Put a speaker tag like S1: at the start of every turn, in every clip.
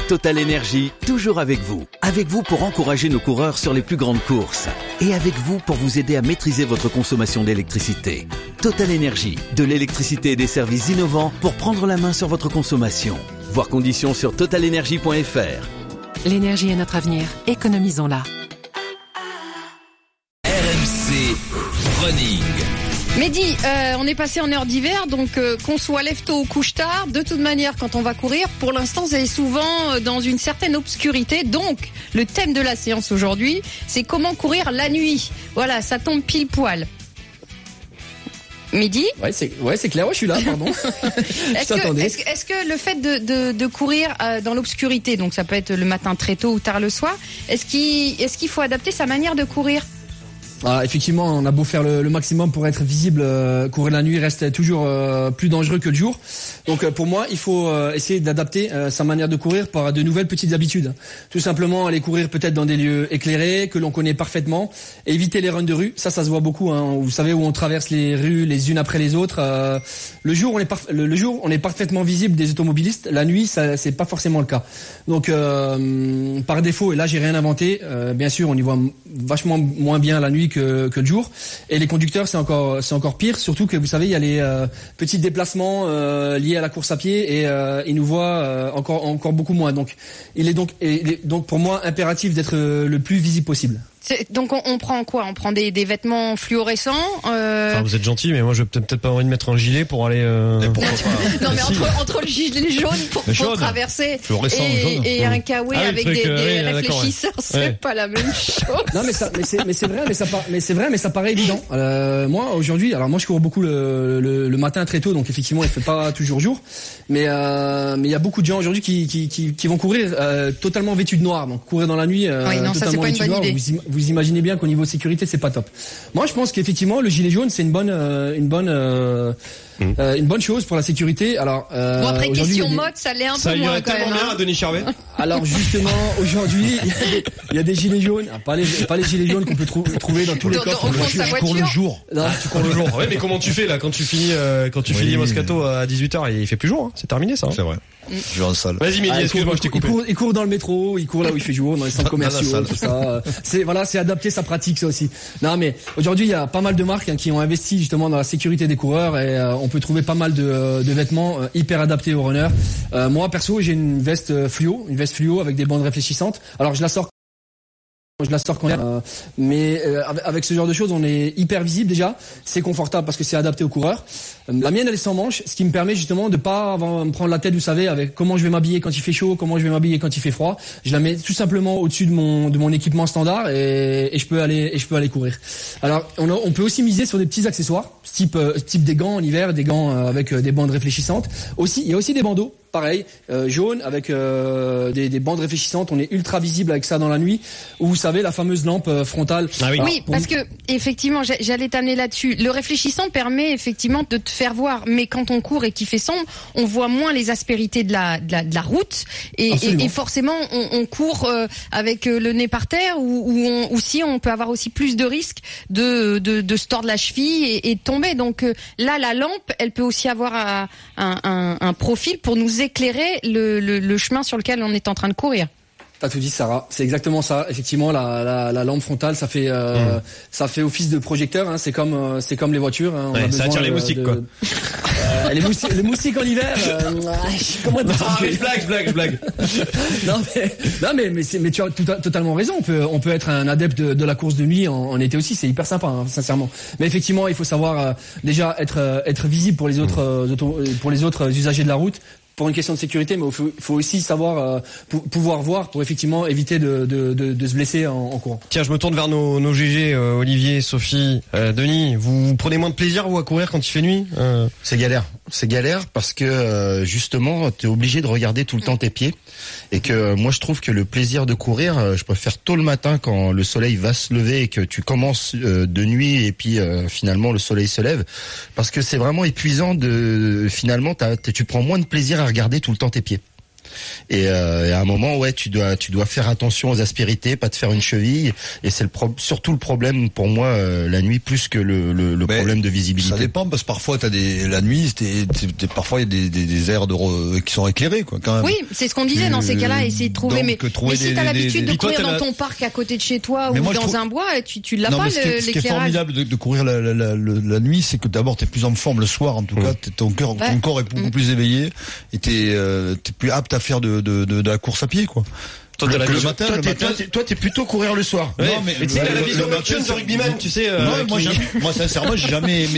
S1: Total Énergie, toujours avec vous. Avec vous pour encourager nos coureurs sur les plus grandes courses. Et avec vous pour vous aider à maîtriser votre consommation d'électricité. Total Énergie, de l'électricité et des services innovants pour prendre la main sur votre consommation. Voir conditions sur totalenergie.fr.
S2: L'énergie est notre avenir, économisons-la.
S3: RMC Running.
S4: Mehdi, on est passé en heure d'hiver, donc qu'on soit lève tôt ou couche tard, de toute manière, quand on va courir, pour l'instant, c'est souvent dans une certaine obscurité. Donc, le thème de la séance aujourd'hui, c'est comment courir la nuit. Voilà, ça tombe pile poil. Mehdi ?
S5: Ouais, c'est clair, je suis là, pardon.
S4: Est-ce que le fait de courir dans l'obscurité, donc ça peut être le matin très tôt ou tard le soir, est-ce qu'il faut adapter sa manière de courir ?
S5: Effectivement, on a beau faire le maximum pour être visible, courir la nuit reste toujours plus dangereux que le jour. Donc pour moi, il faut essayer d'adapter sa manière de courir par de nouvelles petites habitudes. Tout simplement aller courir peut-être dans des lieux éclairés que l'on connaît parfaitement, éviter les runs de rue. Ça se voit beaucoup. Hein. Vous savez, où on traverse les rues les unes après les autres. Le jour, on est parfaitement visible des automobilistes. La nuit, ça c'est pas forcément le cas. Donc par défaut, et là j'ai rien inventé. Bien sûr, on y voit vachement moins bien la nuit que le jour, et les conducteurs c'est encore pire, surtout que vous savez il y a les petits déplacements liés à la course à pied, et ils nous voient encore beaucoup moins. Donc il est donc pour moi impératif d'être le plus visible possible.
S4: Donc on prend quoi ? On prend des vêtements fluorescents.
S6: Enfin, vous êtes gentil, mais moi je peut-être pas envie de mettre un gilet pour aller.
S4: Non mais entre le gilet jaune pour traverser et un kawaii avec des réfléchisseurs, c'est pas la même chose.
S5: Non mais c'est vrai, mais ça paraît évident. Moi aujourd'hui, moi je cours beaucoup le matin très tôt, donc effectivement il fait pas toujours jour, mais il y a beaucoup de gens aujourd'hui qui vont courir totalement vêtus de noir, donc courir dans la nuit.
S4: Oui, non, ça c'est pas une bonne idée.
S5: Vous imaginez bien qu'au niveau sécurité, c'est pas top. Moi, je pense qu'effectivement, le gilet jaune, c'est une bonne chose pour la sécurité. Alors,
S4: bon, après question mode, ça l'est un peu moins quand même. Ça irait tellement
S6: bien à Denis Charvet.
S5: Alors justement, aujourd'hui, il y a des gilets jaunes, pas les gilets jaunes qu'on peut trouver dans tous les coffres.
S6: Tu cours le jour. Tu cours le jour. Ouais, mais comment tu fais là quand tu finis Moscato à 18h, il fait plus jour, hein. C'est terminé ça.
S7: C'est vrai. Je vais en salle.
S6: Vas-y Mehdi, excuse-moi, je t'ai coupé.
S5: Il court dans le métro, il court là où il fait jour, dans les centres commerciaux, tout ça. C'est adapter sa pratique, ça aussi. Non, mais aujourd'hui, il y a pas mal de marques qui ont investi justement dans la sécurité des coureurs, et on peut trouver pas mal de vêtements hyper adaptés aux runners. Moi, perso, j'ai une veste fluo avec des bandes réfléchissantes. Alors, je la sors quand même, mais avec ce genre de choses, on est hyper visible déjà. C'est confortable parce que c'est adapté aux coureurs. La mienne, elle est sans manche, ce qui me permet justement de pas me prendre la tête, vous savez, avec comment je vais m'habiller quand il fait chaud, comment je vais m'habiller quand il fait froid. Je la mets tout simplement au-dessus de mon équipement standard, et je peux aller courir. Alors, on peut aussi miser sur des petits accessoires, type des gants en hiver, des gants avec des bandes réfléchissantes. Aussi, il y a aussi des bandeaux. Pareil, jaune avec des bandes réfléchissantes. On est ultra visible avec ça dans la nuit. Ou vous savez, la fameuse lampe frontale.
S4: Ah oui, oui, parce que effectivement, j'allais t'amener là-dessus. Le réfléchissant permet effectivement de te faire voir, mais quand on court et qu'il fait sombre, on voit moins les aspérités de la route, et forcément on court avec le nez par terre, ou si on peut avoir aussi plus de risques de se tordre la cheville et de tomber. Donc là, la lampe, elle peut aussi avoir un profil pour nous éclairer le chemin sur lequel on est en train de courir.
S5: T'as tout dit, Sarah. C'est exactement ça. Effectivement, la lampe frontale, ça fait office de projecteur. Hein. C'est comme les voitures. Hein. On a
S6: ça attire les moustiques, quoi.
S5: Les moustiques en hiver. Comment
S6: je blague.
S5: non mais tu as totalement raison. On peut être un adepte de la course de nuit en été aussi. C'est hyper sympa, hein, sincèrement. Mais effectivement, il faut savoir déjà être visible pour les autres usagers de la route. Pour une question de sécurité, mais il faut aussi savoir pouvoir voir pour effectivement éviter de se blesser en courant.
S6: Tiens, je me tourne vers nos GG, Olivier, Sophie, Denis. Vous prenez moins de plaisir, vous, à courir quand il fait nuit
S7: C'est galère parce que justement, t'es obligé de regarder tout le temps tes pieds, et que moi je trouve que le plaisir de courir, je préfère tôt le matin quand le soleil va se lever et que tu commences de nuit, et puis finalement le soleil se lève, parce que c'est vraiment épuisant finalement tu prends moins de plaisir à regarder tout le temps tes pieds. Et à un moment, ouais, tu dois faire attention aux aspérités, pas te faire une cheville. Et c'est surtout le problème pour moi la nuit plus que le problème de visibilité.
S8: Ça dépend parce que parfois la nuit, parfois il y a des aires qui sont éclairées, quoi. Quand même.
S4: Oui, c'est ce qu'on disait dans ces cas-là, essayer de trouver. Mais si t'as l'habitude de courir dans ton parc à côté de chez toi ou dans un bois, tu l'as pas l'éclairage.
S8: Ce qui est formidable de courir la nuit, c'est que d'abord t'es plus en forme le soir, en tout cas, ton corps est beaucoup plus éveillé et t'es plus apte à faire de la course à pied, quoi.
S7: Toi, t'es plutôt courir le soir.
S6: Ouais, non, mais tu sais, t'as la vision de rugbyman, tu sais.
S8: Non, moi, sincèrement, j'ai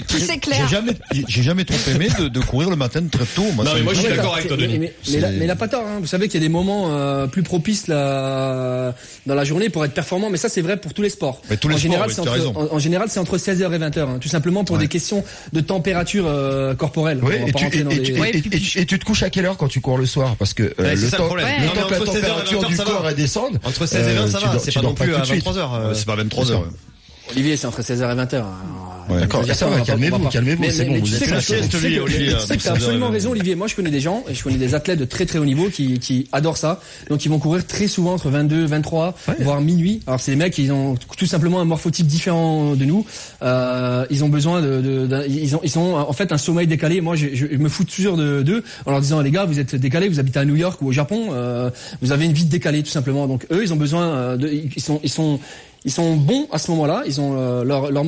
S8: jamais trop aimé de courir le matin très tôt.
S6: Non, mais moi, je suis d'accord avec toi, Denis.
S5: Mais il a pas tort, hein. Vous savez qu'il y a des moments plus propices dans la journée pour être performant, mais ça, c'est vrai pour tous les sports.
S8: Mais tous les sports,
S5: en général, c'est entre 16h et 20h, hein, tout simplement pour des questions de température corporelle.
S7: Oui, et tu te couches à quelle heure quand tu cours le soir? Parce que le temps que la température du corps elle descende.
S6: Entre 16 et 20, ça va. C'est pas non plus à 23h.
S8: C'est pas 23h.
S5: Olivier, c'est entre 16h et 20h.
S7: Ouais, d'accord, ça va, calmez-vous, c'est bon, vous êtes
S5: là. Tu sais que t'as absolument raison, Olivier. Moi, je connais des gens, et je connais des athlètes de très très haut niveau qui adorent ça. Donc, ils vont courir très souvent entre 22, 23, voire minuit. Alors, c'est des mecs, ils ont tout simplement un morphotype différent de nous. Ils ont besoin ils ont en fait un sommeil décalé. Moi, je me fous toujours d'eux en leur disant, les gars, vous êtes décalés, vous habitez à New York ou au Japon, vous avez une vie décalée, tout simplement. Donc, eux, ils ont besoin ils sont bons à ce moment-là. Ils ont leur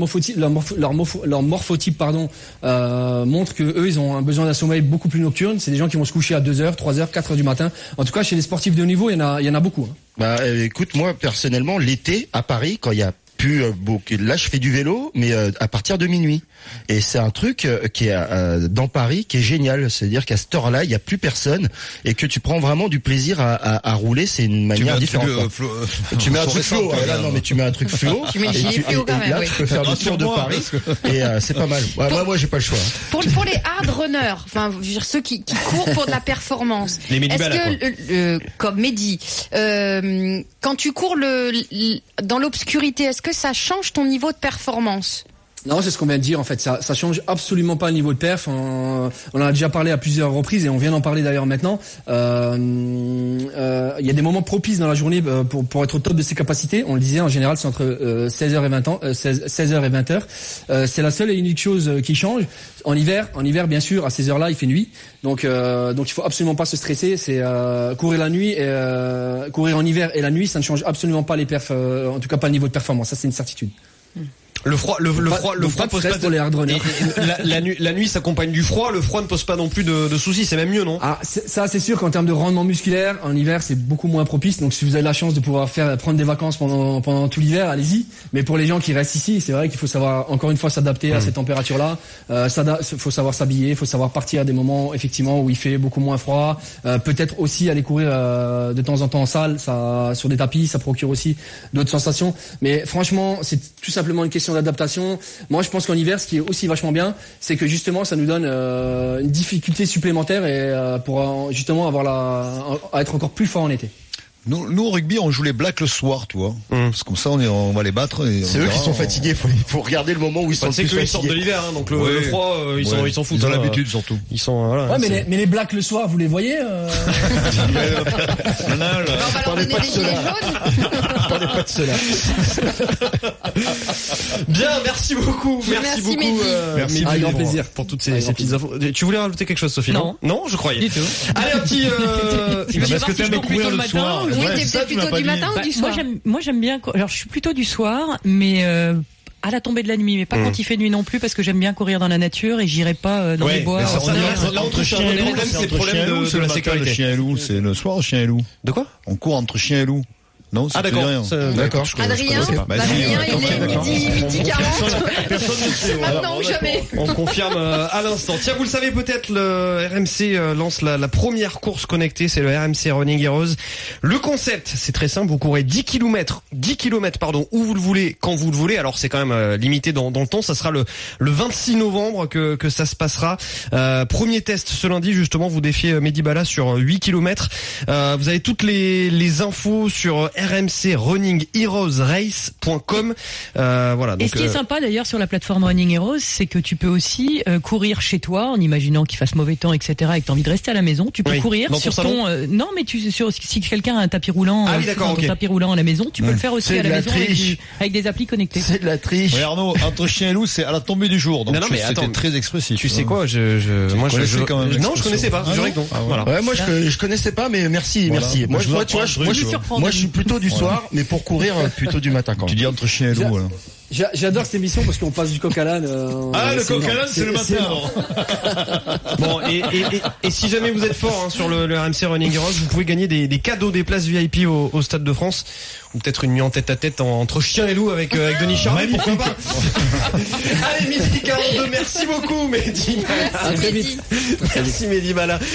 S5: morphotype montre que eux ils ont un besoin d'un sommeil beaucoup plus nocturne. C'est des gens qui vont se coucher à 2h, 3h, 4h du matin. En tout cas, chez les sportifs de haut niveau, il y en a beaucoup. Hein.
S7: Bah écoute, moi personnellement, l'été à Paris, quand il y a là je fais du vélo, mais à partir de minuit. Et c'est un truc qui est dans Paris qui est génial. C'est-à-dire qu'à cette heure-là, il y a plus personne et que tu prends vraiment du plaisir à rouler. C'est une manière différente. Tu mets un truc fluo. Non, mais tu mets un truc fluo.
S4: Tu mets le gilet fluo quand même.
S7: Là, tu peux faire le tour de Paris et c'est pas mal. Ouais, moi, j'ai pas le choix.
S4: Pour les hard runners, enfin, je veux dire ceux qui courent pour de la performance. Est-ce que comme Mehdi, quand tu cours dans l'obscurité, est-ce que ça change ton niveau de performance?
S5: Non, c'est ce qu'on vient de dire en fait. Ça change absolument pas le niveau de perf. On en a déjà parlé à plusieurs reprises et on vient d'en parler d'ailleurs maintenant. Il y a des moments propices dans la journée pour être au top de ses capacités. On le disait, en général, c'est entre 16h et 20h. C'est la seule et unique chose qui change. En hiver, bien sûr, à ces heures-là, il fait nuit. Donc il faut absolument pas se stresser. C'est courir la nuit, courir en hiver et la nuit, ça ne change absolument pas les perfs. En tout cas, pas le niveau de performance. Ça, c'est une certitude.
S6: Le froid pose pas
S5: pour les hard runners.
S6: La nuit s'accompagne du froid. Le froid ne pose pas non plus de soucis. C'est même mieux, non?
S5: Ah, ça c'est sûr qu'en termes de rendement musculaire, en hiver c'est beaucoup moins propice. Donc si vous avez la chance de pouvoir prendre des vacances pendant tout l'hiver, allez-y. Mais pour les gens qui restent ici, c'est vrai qu'il faut savoir encore une fois s'adapter à ces températures-là. Faut savoir s'habiller, faut savoir partir à des moments effectivement où il fait beaucoup moins froid. Peut-être aussi aller courir de temps en temps en salle, ça sur des tapis, ça procure aussi d'autres sensations. Mais franchement, c'est tout simplement une question d'adaptation. Moi, je pense qu'en hiver, ce qui est aussi vachement bien, c'est que justement, ça nous donne une difficulté supplémentaire et pour justement à être encore plus fort en été.
S8: Nous au rugby, on joue les blacks le soir, tu vois. Parce que comme ça, on va les battre.
S7: C'est eux qui sont fatigués. Faut regarder le moment où ils sont le plus fatigués.
S6: Ils sortent de l'hiver, hein, donc le froid, ils s'en foutent.
S8: Ils ont l'habitude surtout.
S6: Ils sont voilà.
S5: Ouais, mais les blacks le soir, vous les voyez
S4: On va leur donner des gilets jaunes.
S7: Parlez pas de cela.
S6: Bien, merci beaucoup. Merci beaucoup.
S5: Merci, avec grand plaisir
S6: pour toutes ces petites infos. Tu voulais rajouter quelque chose, Sophie?
S2: Non,
S6: je croyais.
S2: Du tout.
S6: Allez, un petit.
S8: Est-ce que tu aimes courir le soir?
S4: Oui, t'es peut-être plutôt du matin ou du soir?
S2: Moi, j'aime bien. Alors, je suis plutôt du soir, mais à la tombée de la nuit, mais pas quand il fait nuit non plus, parce que j'aime bien courir dans la nature et j'irai pas dans les bois.
S8: Là, entre chien et loup, c'est le problème de la sécurité. Chien et loup, c'est le soir, chien et loup.
S6: De quoi?
S8: On court entre chien et loup. Non, c'est
S6: d'accord.
S8: D'accord.
S4: Adrien, il est midi 40.
S6: Personne ne sait.
S4: Maintenant ou jamais.
S6: On confirme à l'instant. Tiens, vous le savez peut-être, le RMC lance la première course connectée, c'est le RMC Running Heroes. Le concept, c'est très simple, vous courez 10 km, où vous le voulez, quand vous le voulez. Alors c'est quand même limité dans le temps, ça sera le 26 novembre que ça se passera. Premier test ce lundi, justement, vous défiez Mehdi Bala sur 8 km. Vous avez toutes les infos sur rmcrunningheroesrace.com. Voilà. Donc,
S2: et ce qui est sympa d'ailleurs sur la plateforme Running Heroes, c'est que tu peux aussi courir chez toi en imaginant qu'il fasse mauvais temps, etc. et que tu as envie de rester à la maison. Tu peux courir
S6: dans
S2: sur
S6: ton
S2: salon. Non, mais si quelqu'un a un tapis roulant, tapis roulant à la maison, tu peux le faire aussi à la maison avec des applis connectées.
S7: C'est de la triche.
S8: Oui, Arnaud, entre chien et loup, c'est à la tombée du jour. Donc
S6: mais
S8: c'était très expressif.
S6: Tu sais quoi, moi je connaissais pas. Voilà.
S7: Ouais, moi je connaissais pas, mais merci. Moi je suis plutôt du soir, mais pour courir plutôt du matin quand même.
S8: Tu dis entre chien et loup. Voilà.
S5: J'adore cette émission parce qu'on passe du coq à l'âne.
S8: Le coq à l'âne, c'est le matin alors.
S6: Bon, et si jamais vous êtes fort sur le RMC Running Heroes, vous pouvez gagner des cadeaux, des places VIP au Stade de France, ou peut-être une nuit en tête à tête entre chien et loup avec Denis Charvet, pourquoi pas. Allez, 12h42, merci beaucoup Mehdi.
S5: À très vite.
S6: Merci Mehdi Mala.